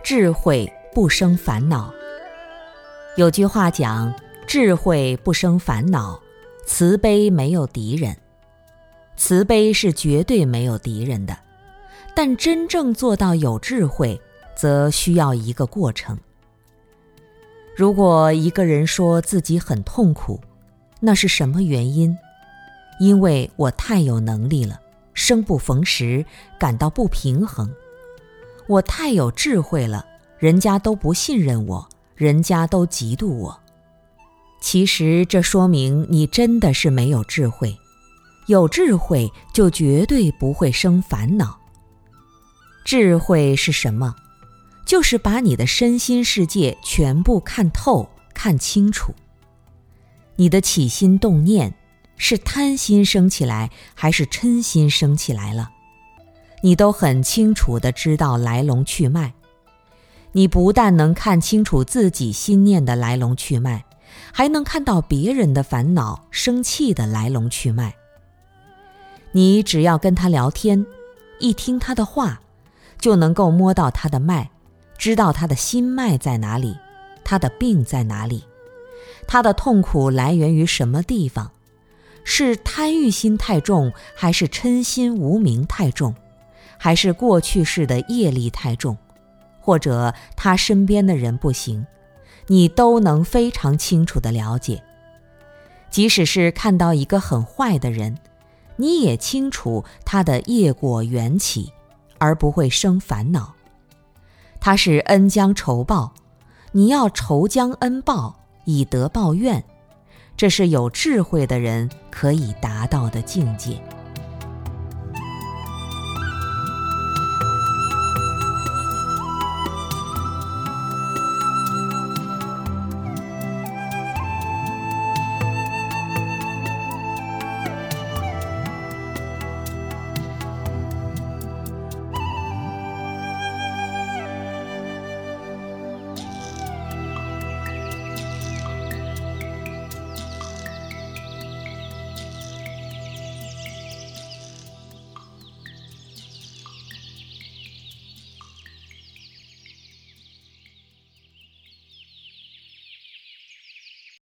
智慧不生烦恼。有句话讲，智慧不生烦恼，慈悲没有敌人。慈悲是绝对没有敌人的，但真正做到有智慧，则需要一个过程。如果一个人说自己很痛苦，那是什么原因？因为我太有能力了，生不逢时，感到不平衡。我太有智慧了，人家都不信任我，人家都嫉妒我。其实这说明你真的是没有智慧。有智慧就绝对不会生烦恼。智慧是什么？就是把你的身心世界全部看透、看清楚。你的起心动念是贪心生起来，还是嗔心生起来了？你都很清楚地知道来龙去脉。你不但能看清楚自己心念的来龙去脉，还能看到别人的烦恼、生气的来龙去脉。你只要跟他聊天，一听他的话，就能够摸到他的脉，知道他的心脉在哪里，他的病在哪里，他的痛苦来源于什么地方，是贪欲心太重，还是嗔心无明太重，还是过去世的业力太重，或者他身边的人不行，你都能非常清楚地了解。即使是看到一个很坏的人，你也清楚他的业果缘起，而不会生烦恼。他是恩将仇报，你要仇将恩报，以德报怨，这是有智慧的人可以达到的境界。